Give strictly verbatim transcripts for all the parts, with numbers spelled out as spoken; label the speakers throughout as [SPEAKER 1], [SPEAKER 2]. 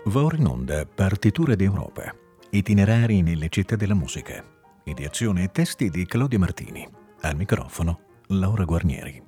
[SPEAKER 1] Va ora in onda Partiture d'Europa, itinerari nelle città della musica. Ideazione e testi di Claudia Martini. Al microfono Laura Guarnieri.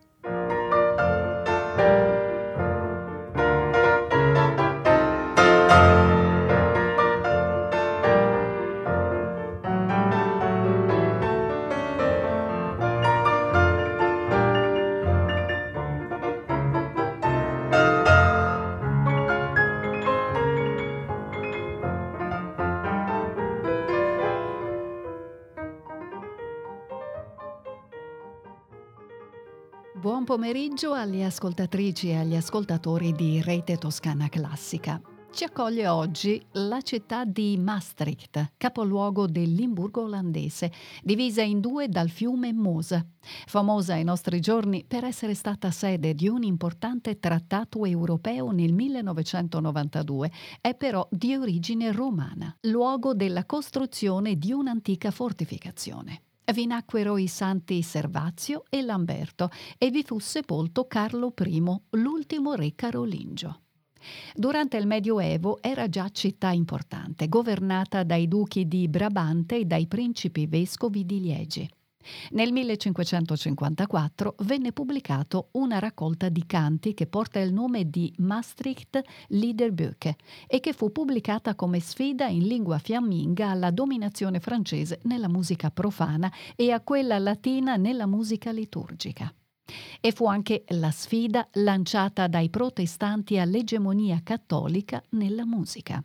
[SPEAKER 2] Buon pomeriggio alle ascoltatrici e agli ascoltatori di Rete Toscana Classica. Ci accoglie oggi la città di Maastricht, capoluogo del Limburgo olandese, divisa in due dal fiume Mosa. Famosa ai nostri giorni per essere stata sede di un importante trattato europeo nel millenovecentonovantadue, è però di origine romana, luogo della costruzione di un'antica fortificazione. Vi nacquero i santi Servazio e Lamberto e vi fu sepolto Carlo I, l'ultimo re carolingio. Durante il Medioevo era già città importante, governata dai duchi di Brabante e dai principi vescovi di Liegi. Nel millecinquecentocinquantaquattro venne pubblicato una raccolta di canti che porta il nome di Maastricht Liederböcke e che fu pubblicata come sfida in lingua fiamminga alla dominazione francese nella musica profana e a quella latina nella musica liturgica. E fu anche la sfida lanciata dai protestanti all'egemonia cattolica nella musica.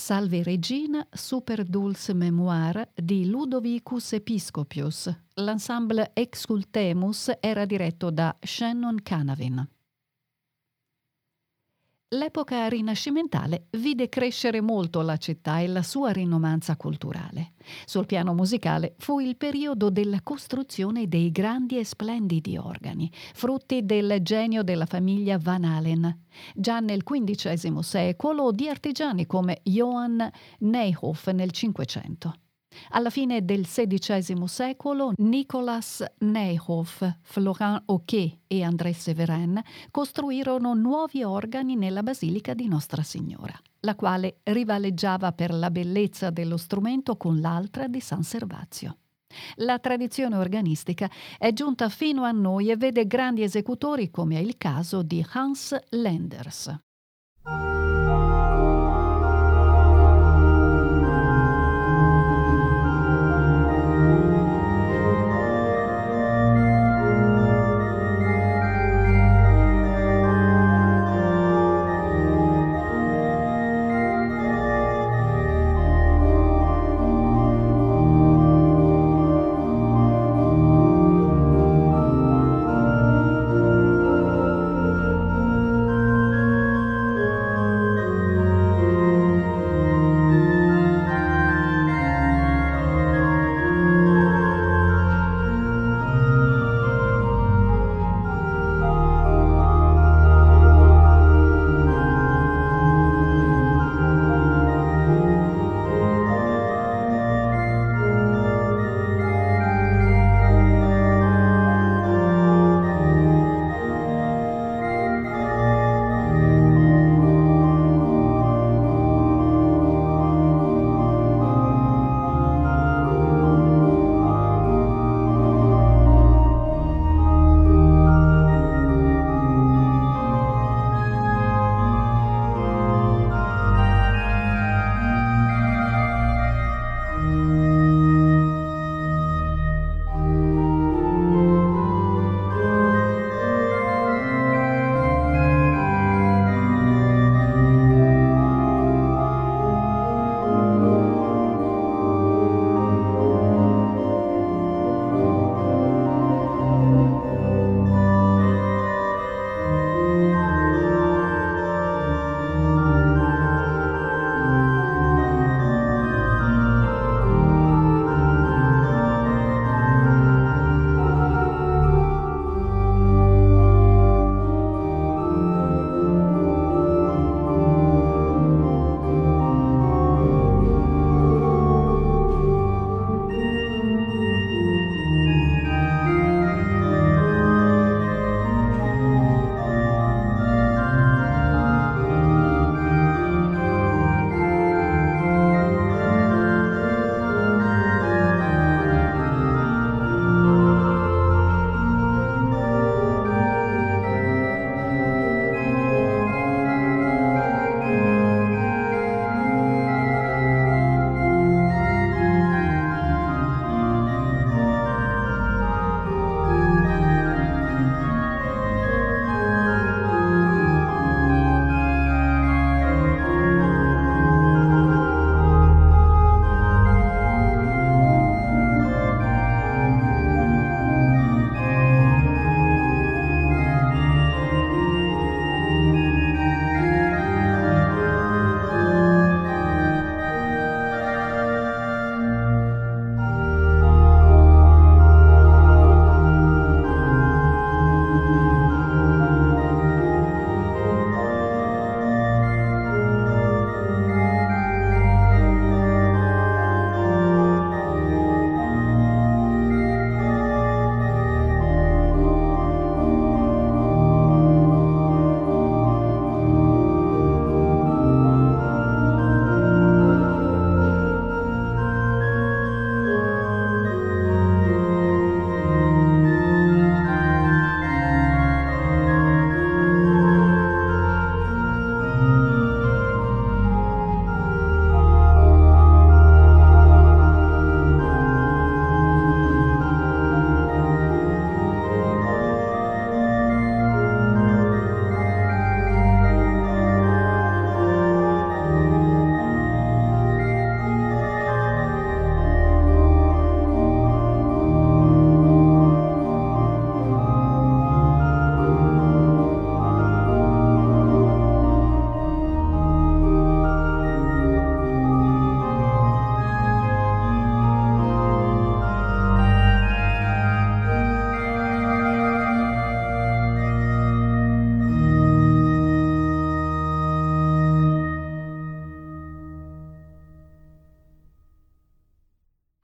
[SPEAKER 2] Salve Regina super dulce memoire di Ludovicus Episcopius. L'ensemble Excultemus era diretto da Shannon Canavin. L'epoca rinascimentale vide crescere molto la città e la sua rinomanza culturale. Sul piano musicale fu il periodo della costruzione dei grandi e splendidi organi, frutti del genio della famiglia Van Halen. Già nel quindicesimo secolo di artigiani come Johann Neyhoff nel Cinquecento. Alla fine del sedicesimo secolo, Nicolas Neyhoff, Florent Oquet e André Severin costruirono nuovi organi nella Basilica di Nostra Signora, la quale rivaleggiava per la bellezza dello strumento con l'altra di San Servazio. La tradizione organistica è giunta fino a noi e vede grandi esecutori come è il caso di Hans Lenders.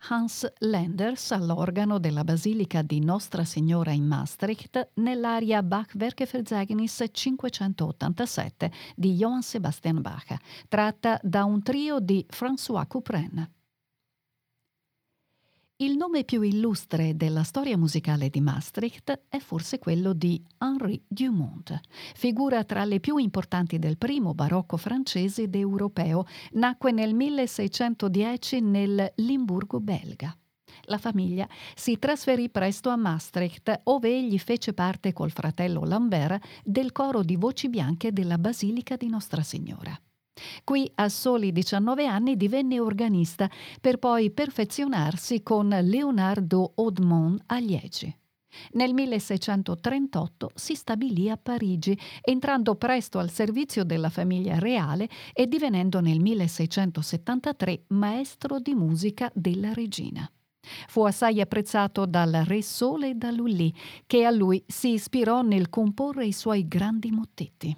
[SPEAKER 2] Hans Lenders all'organo della Basilica di Nostra Signora in Maastricht nell'aria Bach-Werkverzeichnis cinquecentottantasette di Johann Sebastian Bach, tratta da un trio di François Couperin. Il nome più illustre della storia musicale di Maastricht è forse quello di Henri Dumont, figura tra le più importanti del primo barocco francese ed europeo. Nacque nel milleseicentodieci nel Limburgo belga. La famiglia si trasferì presto a Maastricht, ove egli fece parte col fratello Lambert del coro di voci bianche della Basilica di Nostra Signora. Qui a soli diciannove anni divenne organista per poi perfezionarsi con Leonardo Haudemont a Liegi. Nel milleseicentottrentotto si stabilì a Parigi, entrando presto al servizio della famiglia reale e divenendo nel milleseicentosettantatré maestro di musica della regina. Fu assai apprezzato dal Re Sole e da Lully, che a lui si ispirò nel comporre i suoi grandi mottetti.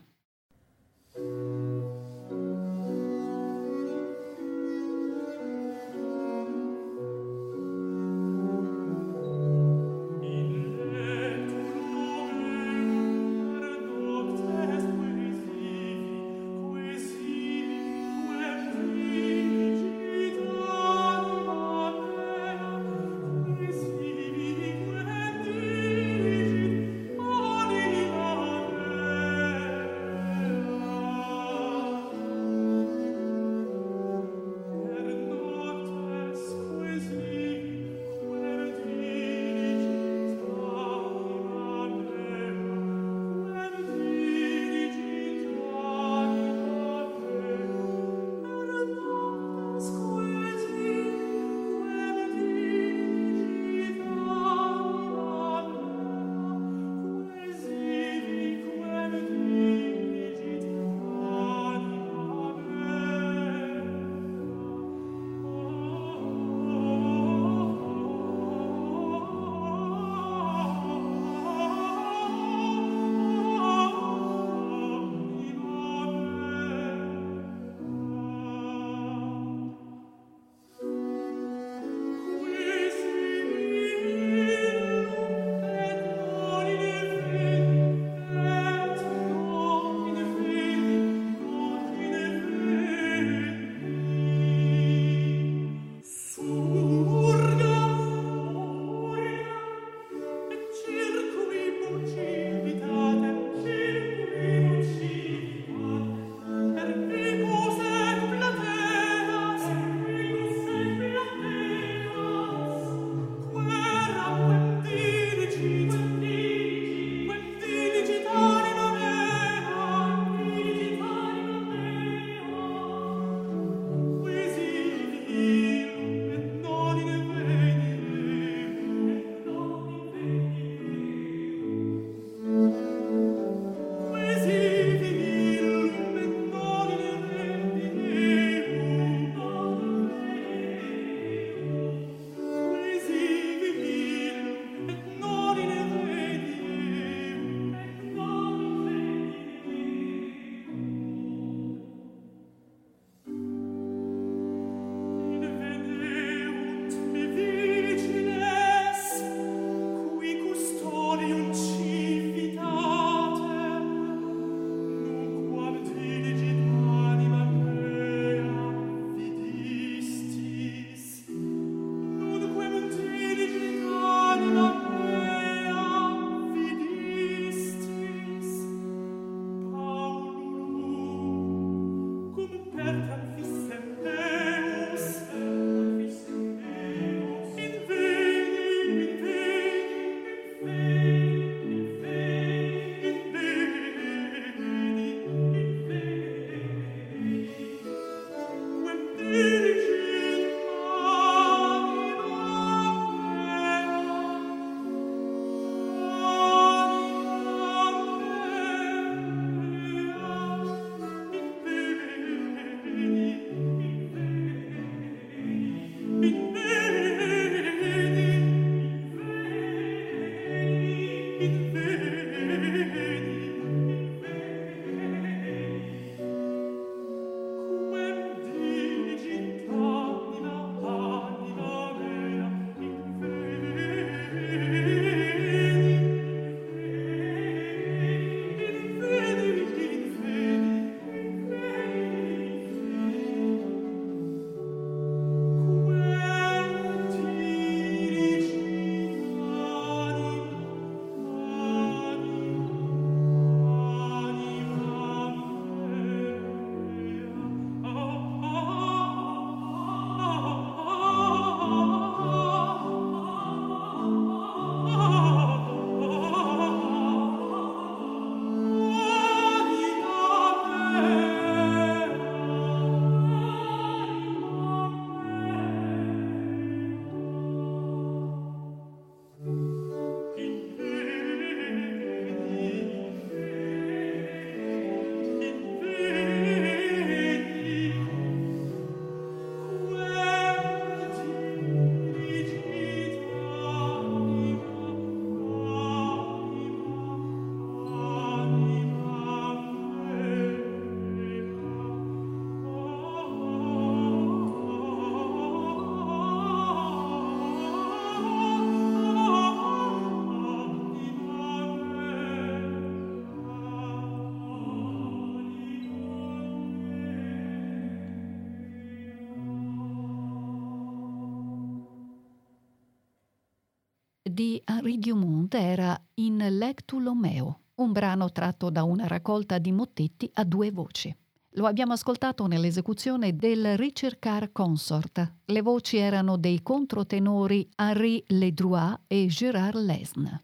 [SPEAKER 2] di Henri Dumont era In Leg Tolomeo, un brano tratto da una raccolta di mottetti a due voci. Lo abbiamo ascoltato nell'esecuzione del Ricercar Consort. Le voci erano dei controtenori Henri Ledroit e Gérard Lesne.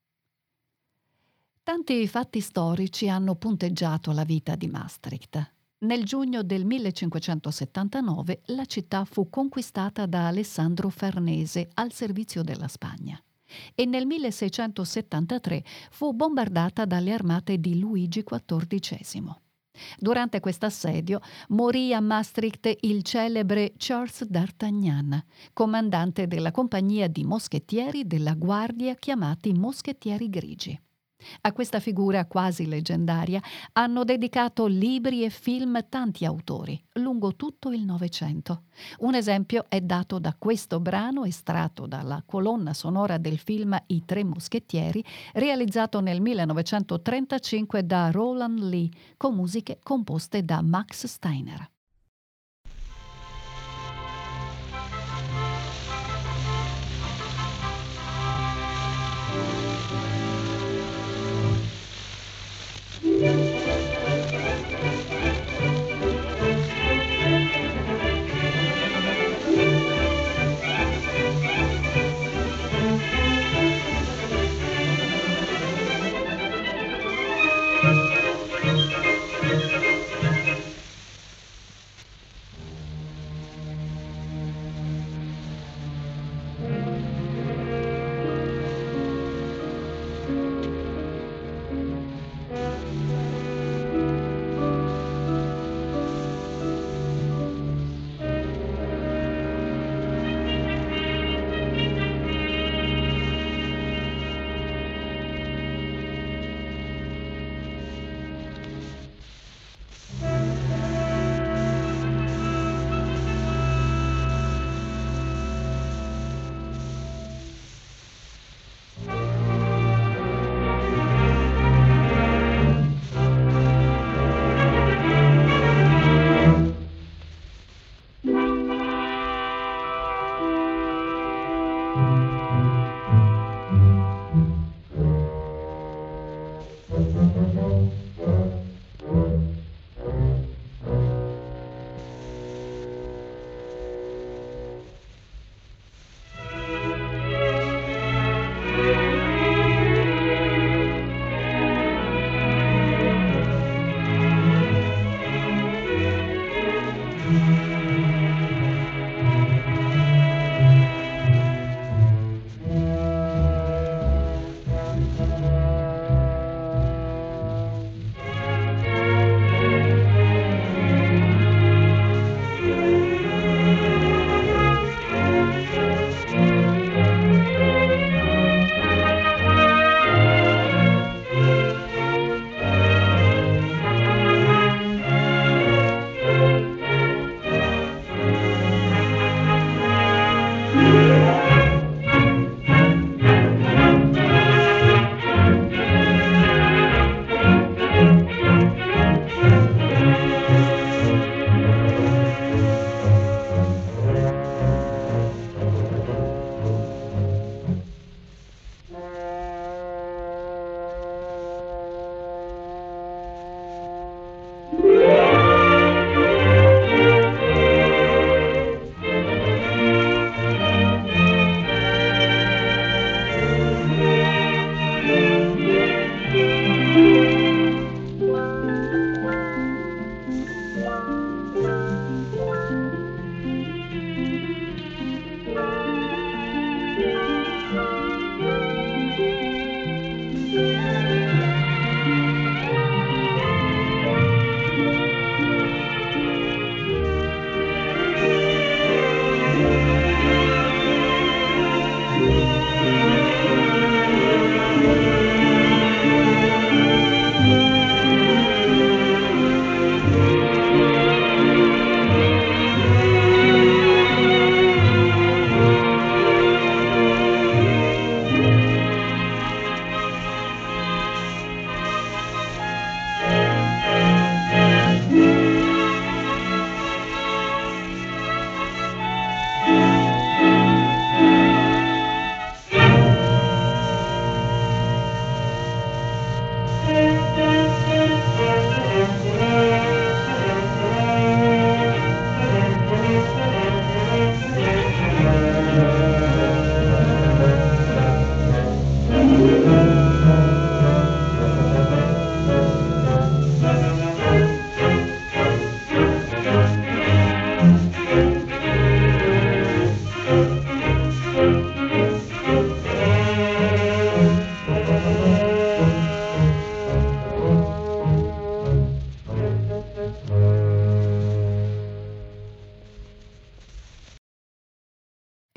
[SPEAKER 2] Tanti fatti storici hanno punteggiato la vita di Maastricht. Nel giugno del millecinquecentosettantanove la città fu conquistata da Alessandro Farnese al servizio della Spagna e nel milleseicentosettantatré fu bombardata dalle armate di Luigi quattordicesimo. Durante questo assedio morì a Maastricht il celebre Charles d'Artagnan, comandante della compagnia di moschettieri della Guardia chiamati Moschettieri Grigi. A questa figura quasi leggendaria hanno dedicato libri e film tanti autori, lungo tutto il Novecento. Un esempio è dato da questo brano estratto dalla colonna sonora del film I Tre Moschettieri, realizzato nel millenovecentotrentacinque da Roland Lee, con musiche composte da Max Steiner.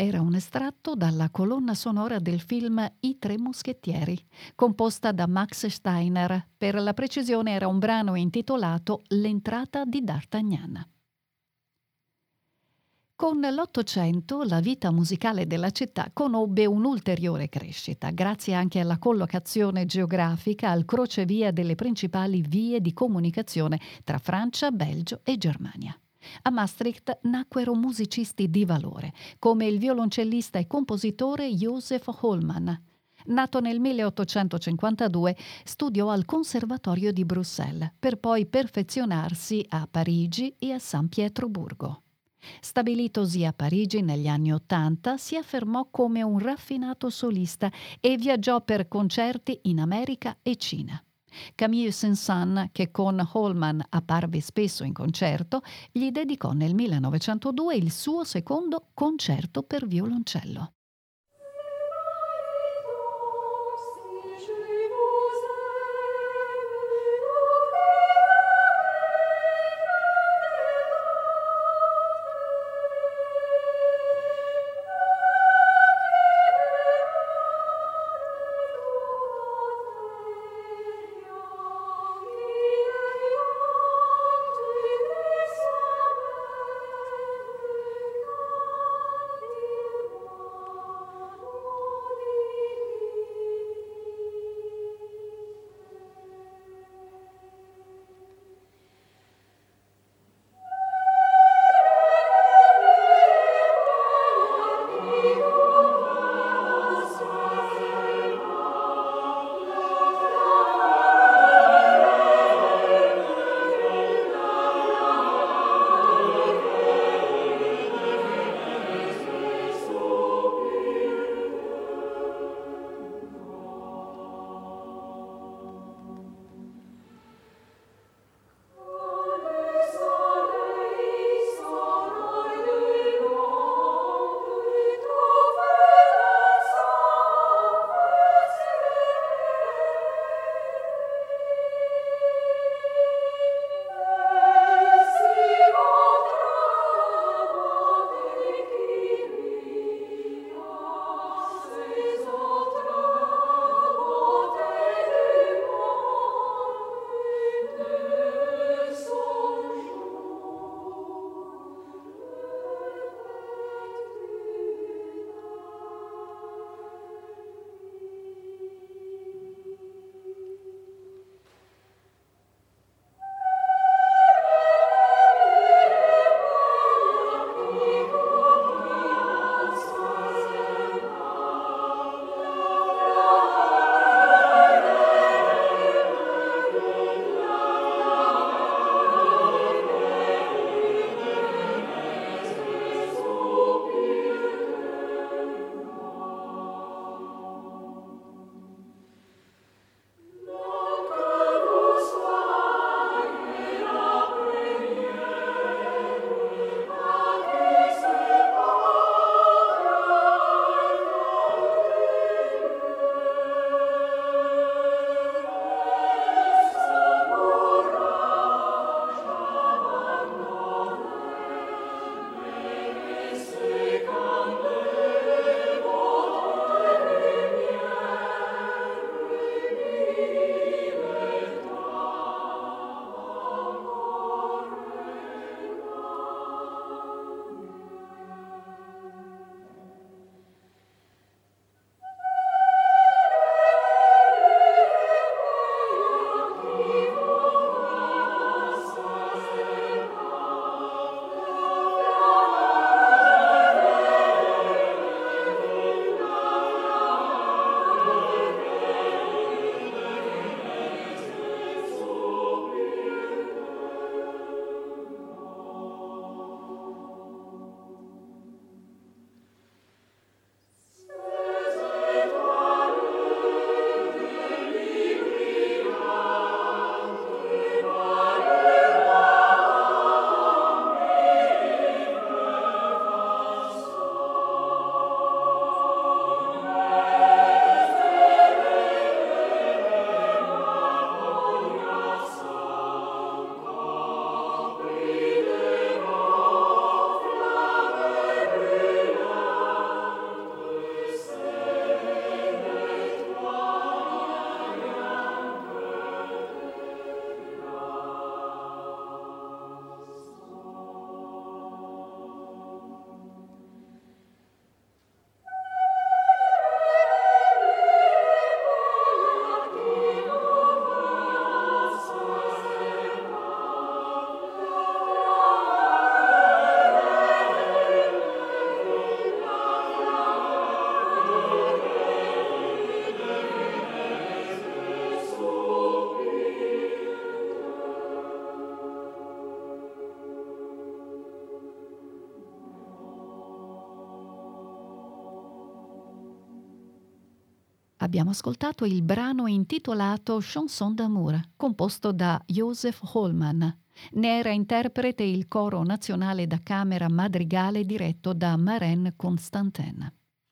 [SPEAKER 2] era un estratto dalla colonna sonora del film I Tre Moschettieri, composta da Max Steiner. Per la precisione era un brano intitolato L'entrata di D'Artagnan. Con l'Ottocento la vita musicale della città conobbe un'ulteriore crescita, grazie anche alla collocazione geografica al crocevia delle principali vie di comunicazione tra Francia, Belgio e Germania. A Maastricht nacquero musicisti di valore, come il violoncellista e compositore Joseph Holman. Nato nel milleottocentocinquantadue, studiò al Conservatorio di Bruxelles, per poi perfezionarsi a Parigi e a San Pietroburgo. Stabilitosi a Parigi negli anni Ottanta, si affermò come un raffinato solista e viaggiò per concerti in America e Cina. Camille Saint-Saëns, che con Holman apparve spesso in concerto, gli dedicò nel millenovecentodue il suo secondo concerto per violoncello. Abbiamo ascoltato il brano intitolato Chanson d'amour, composto da Joseph Holman. Ne era interprete il coro nazionale da camera madrigale diretto da Maren Constantin.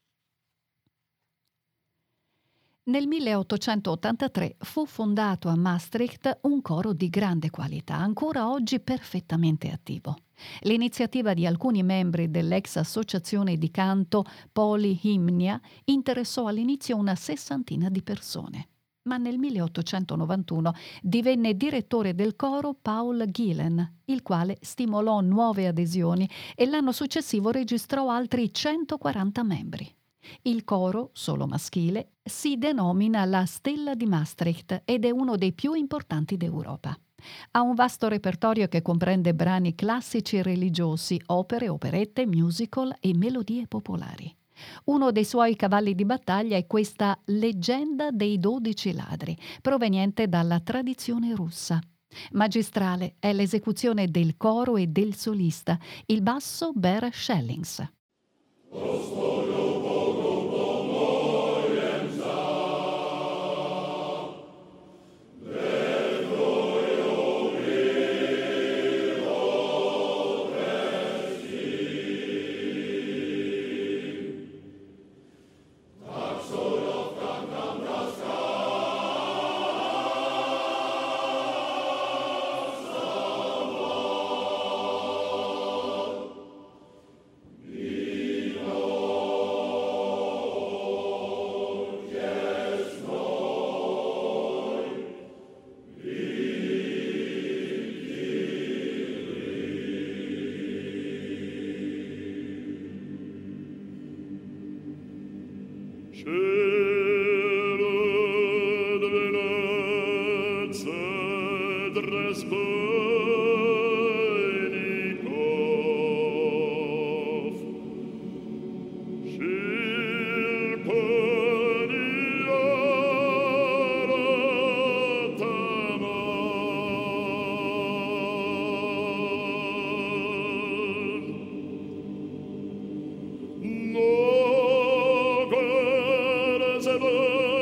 [SPEAKER 2] Nel milleottocentottantatré fu fondato a Maastricht un coro di grande qualità, ancora oggi perfettamente attivo. L'iniziativa di alcuni membri dell'ex associazione di canto Polyhymnia interessò all'inizio una sessantina di persone. Ma nel milleottocentonovantuno divenne direttore del coro Paul Gillen, il quale stimolò nuove adesioni e l'anno successivo registrò altri centoquaranta membri. Il coro, solo maschile, si denomina la Stella di Maastricht ed è uno dei più importanti d'Europa. Ha un vasto repertorio che comprende brani classici e religiosi, opere, operette, musical e melodie popolari. Uno dei suoi cavalli di battaglia è questa Leggenda dei dodici ladri, proveniente dalla tradizione russa. Magistrale è l'esecuzione del coro e del solista, il basso Bear Schellings.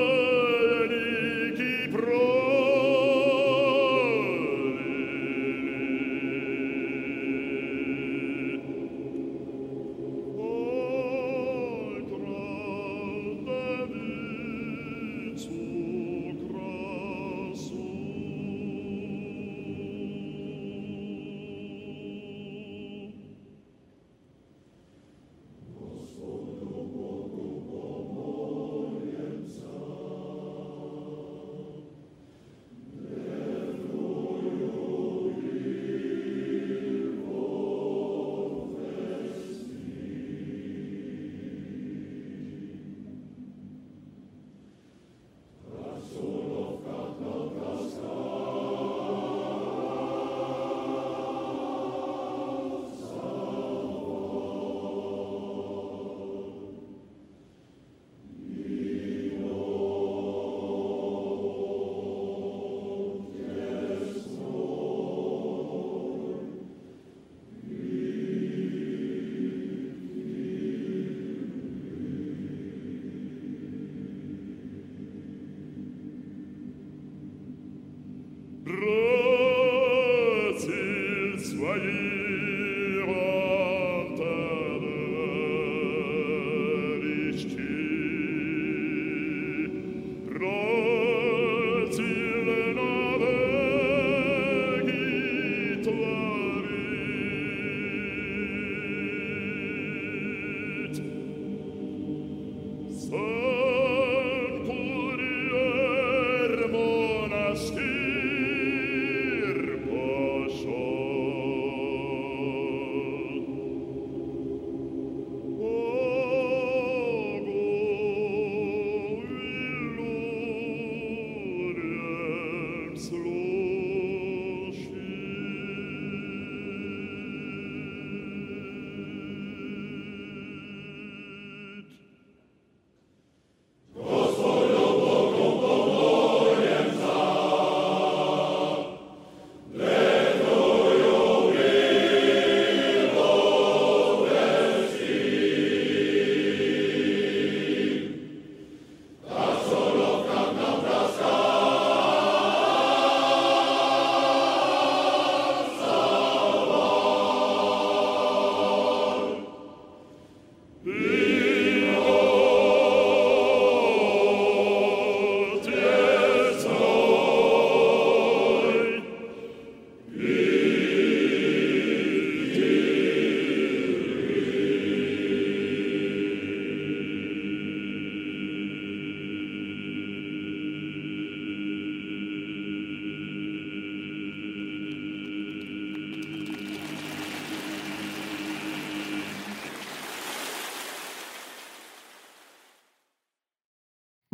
[SPEAKER 3] Pro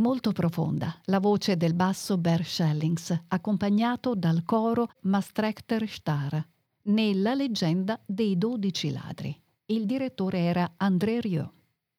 [SPEAKER 2] molto profonda, la voce del basso Bert Schellings, accompagnato dal coro Maastrichter Star, nella leggenda dei dodici ladri. Il direttore era André Rieu.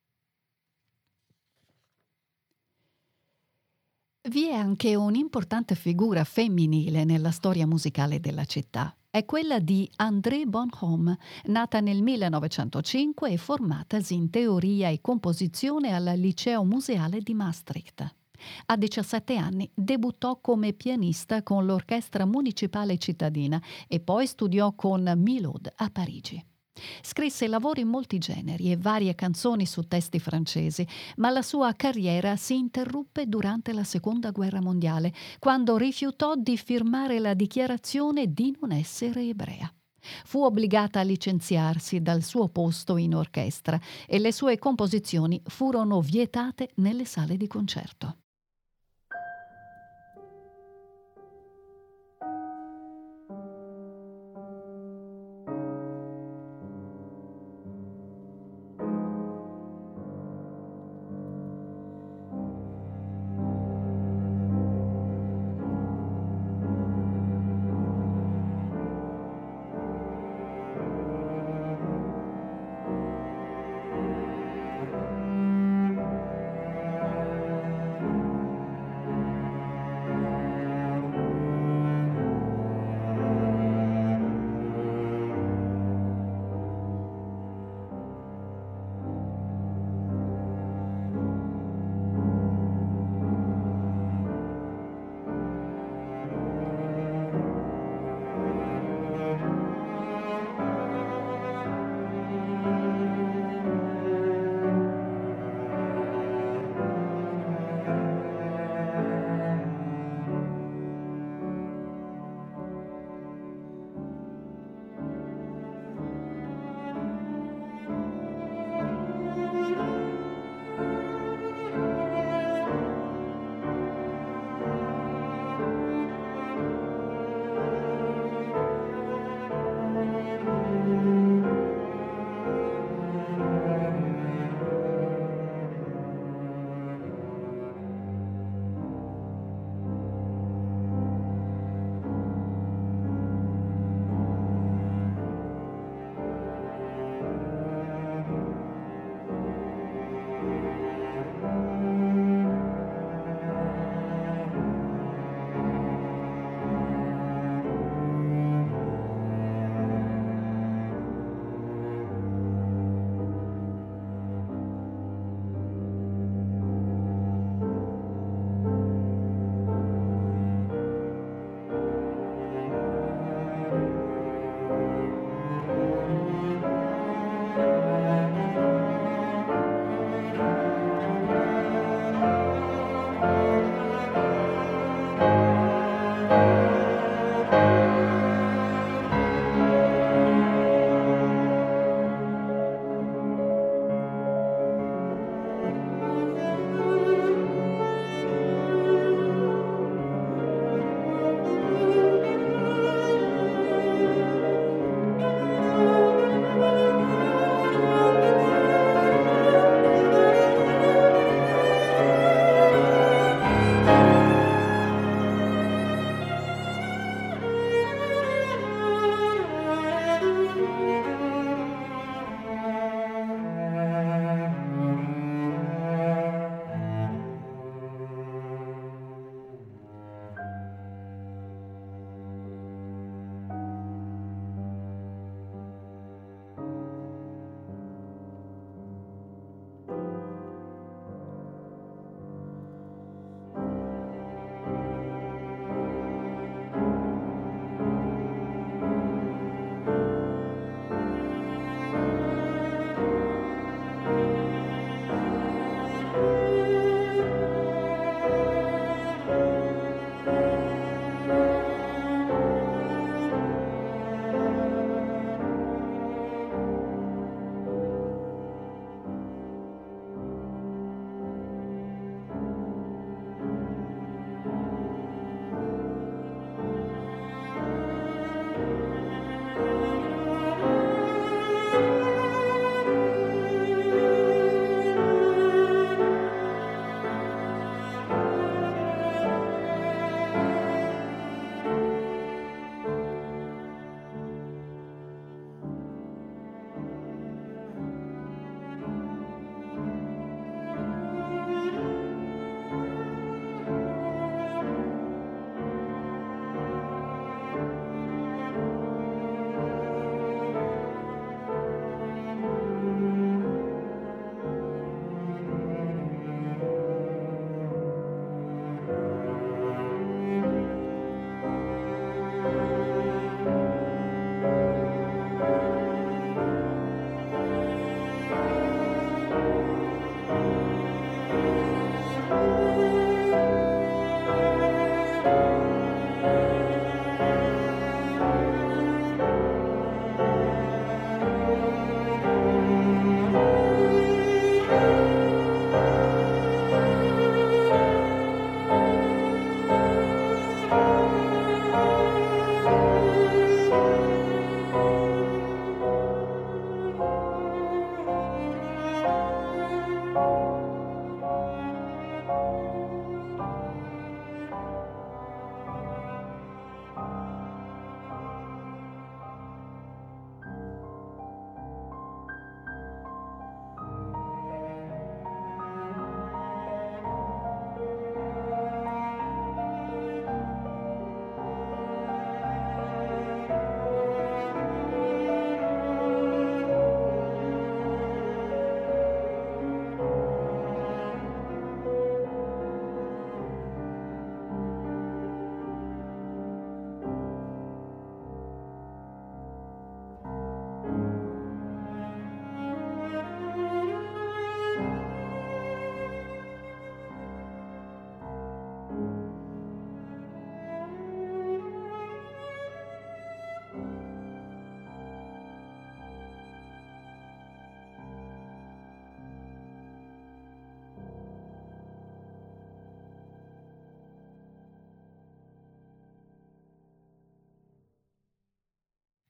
[SPEAKER 2] Vi è anche un'importante figura femminile nella storia musicale della città. È quella di André Bonhomme, nata nel millenovecentocinque e formatasi in teoria e composizione al Liceo Museale di Maastricht. A diciassette anni debuttò come pianista con l'Orchestra Municipale Cittadina e poi studiò con Milhaud a Parigi. Scrisse lavori in molti generi e varie canzoni su testi francesi, ma la sua carriera si interruppe durante la Seconda Guerra Mondiale, quando rifiutò di firmare la dichiarazione di non essere ebrea. Fu obbligata a licenziarsi dal suo posto in orchestra e le sue composizioni furono vietate nelle sale di concerto.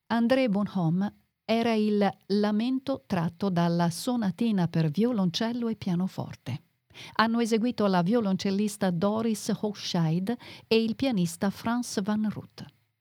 [SPEAKER 2] André Bonhomme era il lamento tratto dalla sonatina per violoncello e pianoforte. Hanno eseguito la violoncellista Doris Hochschild e il pianista Frans van Roodt.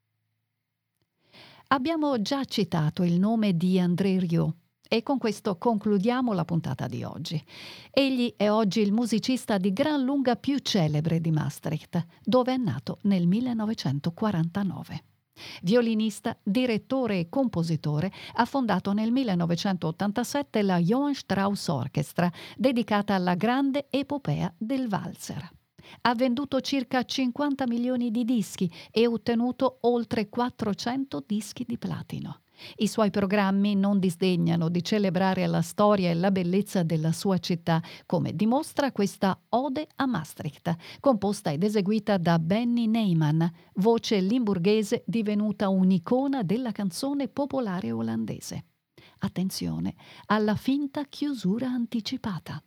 [SPEAKER 2] Abbiamo già citato il nome di André Rieu e con questo concludiamo la puntata di oggi. Egli è oggi il musicista di gran lunga più celebre di Maastricht, dove è nato nel millenovecentoquarantanove. Violinista, direttore e compositore, ha fondato nel millenovecentottantasette la Johann Strauss Orchestra, dedicata alla grande epopea del valzer. Ha venduto circa cinquanta milioni di dischi e ottenuto oltre quattrocento dischi di platino. I suoi programmi non disdegnano di celebrare la storia e la bellezza della sua città, come dimostra questa Ode a Maastricht, composta ed eseguita da Benny Neyman, voce limburghese divenuta un'icona della canzone popolare olandese. Attenzione alla finta chiusura anticipata.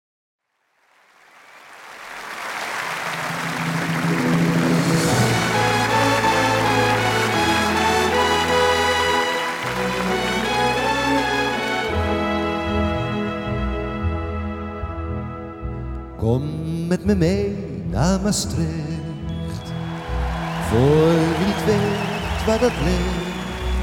[SPEAKER 3] Kom met me mee naar Maastricht, voor wie niet weet waar dat ligt.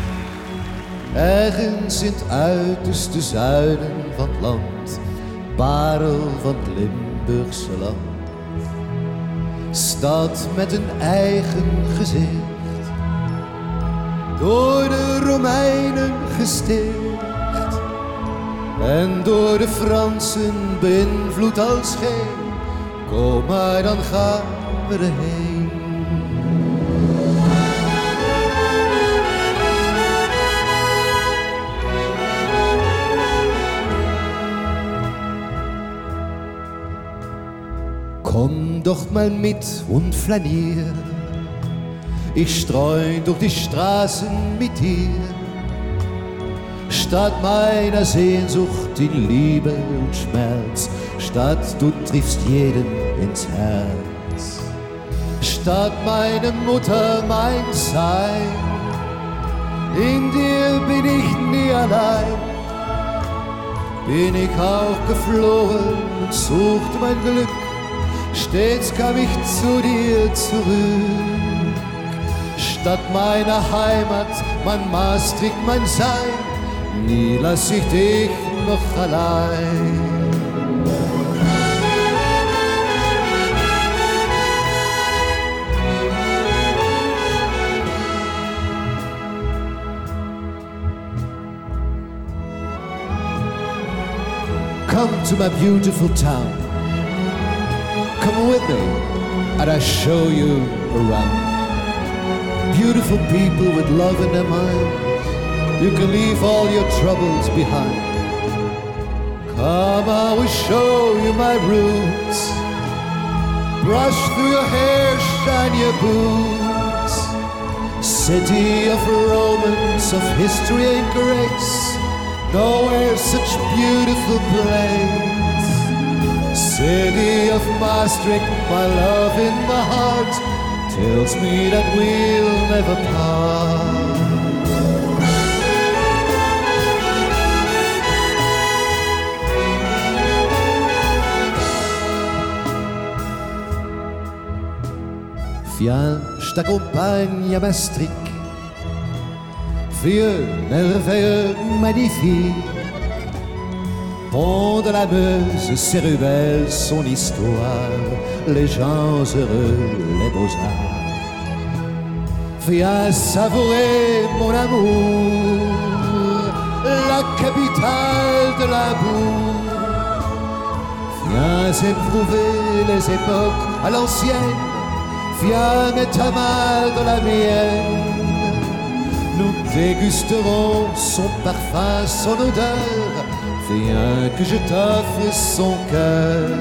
[SPEAKER 3] Ergens in het uiterste zuiden van het land, parel van het Limburgse land. Stad met een eigen gezicht, door de Romeinen gesticht. En door de Fransen beïnvloed als geen. Kom maar, dan gaan we erheen. Komm doch mal mit und flanier. Ich streun durch die Straßen mit dir. Statt meiner Sehnsucht in Liebe und Schmerz, statt du triffst jeden ins Herz. Statt meine Mutter mein Sein, in dir bin ich nie allein. Bin ich auch geflohen und suchte mein Glück, stets kam ich zu dir zurück. Statt meiner Heimat, mein Maastricht, mein Sein, nie lass ich dich noch allein. Come to my beautiful town. Come with me and I show you around. Beautiful people with love in their minds. You can leave all your troubles behind. Come, I will show you my roots. Brush through your hair, shine your boots. City of romance, of history and grace. Nowhere such beautiful place. City of Maastricht, my love in my heart tells me that we'll never part. Viens, je t'accompagne à Maastricht. Vieux, merveilleux, magnifique. Pont de la Meuse, Cérubel, son histoire, les gens heureux, les beaux-arts. Viens savourer mon amour, la capitale de la boue. Viens éprouver les époques à l'ancienne. Viens mettre ta main dans la mienne. Nous dégusterons son parfum, son odeur. Viens que je t'offre son cœur.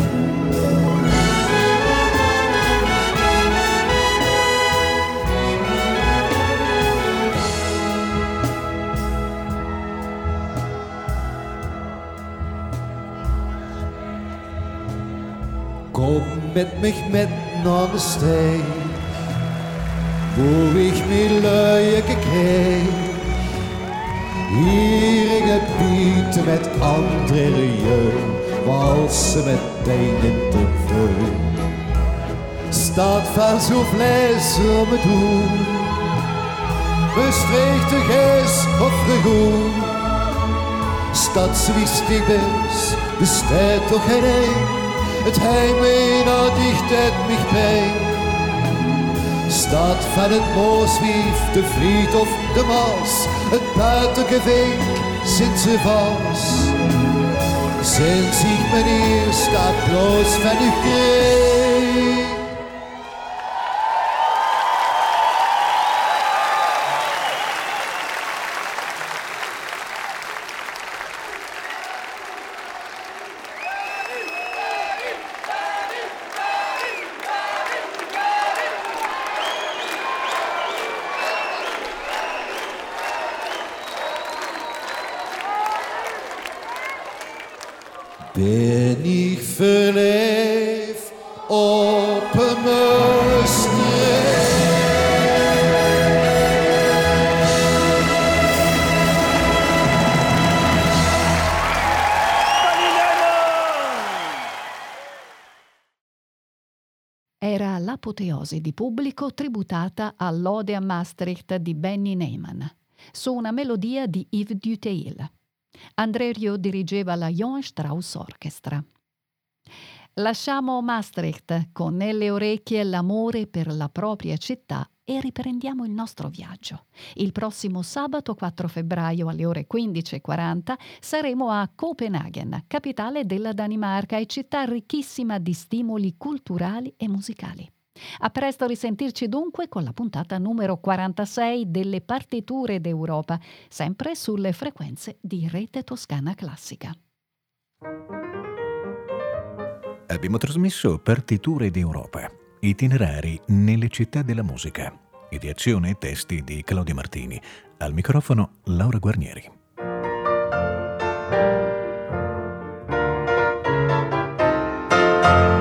[SPEAKER 3] Komm met mich mit naar de steen, wo ich mir Löhe gekriegt. Hier in gebied met andere jeugd, walsen met pijn in de veul. Staat van zo vlees om het doen, bestreekt de geest of de groen. Stadswiestig best, bestaat toch geen een, het heimwee nou dicht uit mich pijn. Staat van het Mooswief, de Vliet of de Maas, het buitengevink sinds ze was. Sinds ik meneer staat bloos van uw kreeg. Ben ik verliefd op een Maastricht?
[SPEAKER 2] Era l'apoteosi di pubblico tributata all'Ode a Maastricht di Benny Neyman, su una melodia di Yves Duteil. André Rieu dirigeva la Johann Strauss Orchestra. Lasciamo Maastricht con nelle orecchie l'amore per la propria città e riprendiamo il nostro viaggio. Il prossimo sabato quattro febbraio alle ore quindici e quaranta saremo a Copenaghen, capitale della Danimarca e città ricchissima di stimoli culturali e musicali. A presto risentirci dunque con la puntata numero quarantasei delle partiture d'Europa, sempre sulle frequenze di Rete Toscana Classica.
[SPEAKER 1] Abbiamo trasmesso Partiture d'Europa, itinerari nelle città della musica. Ideazione e testi di Claudia Martini. Al microfono Laura Guarnieri.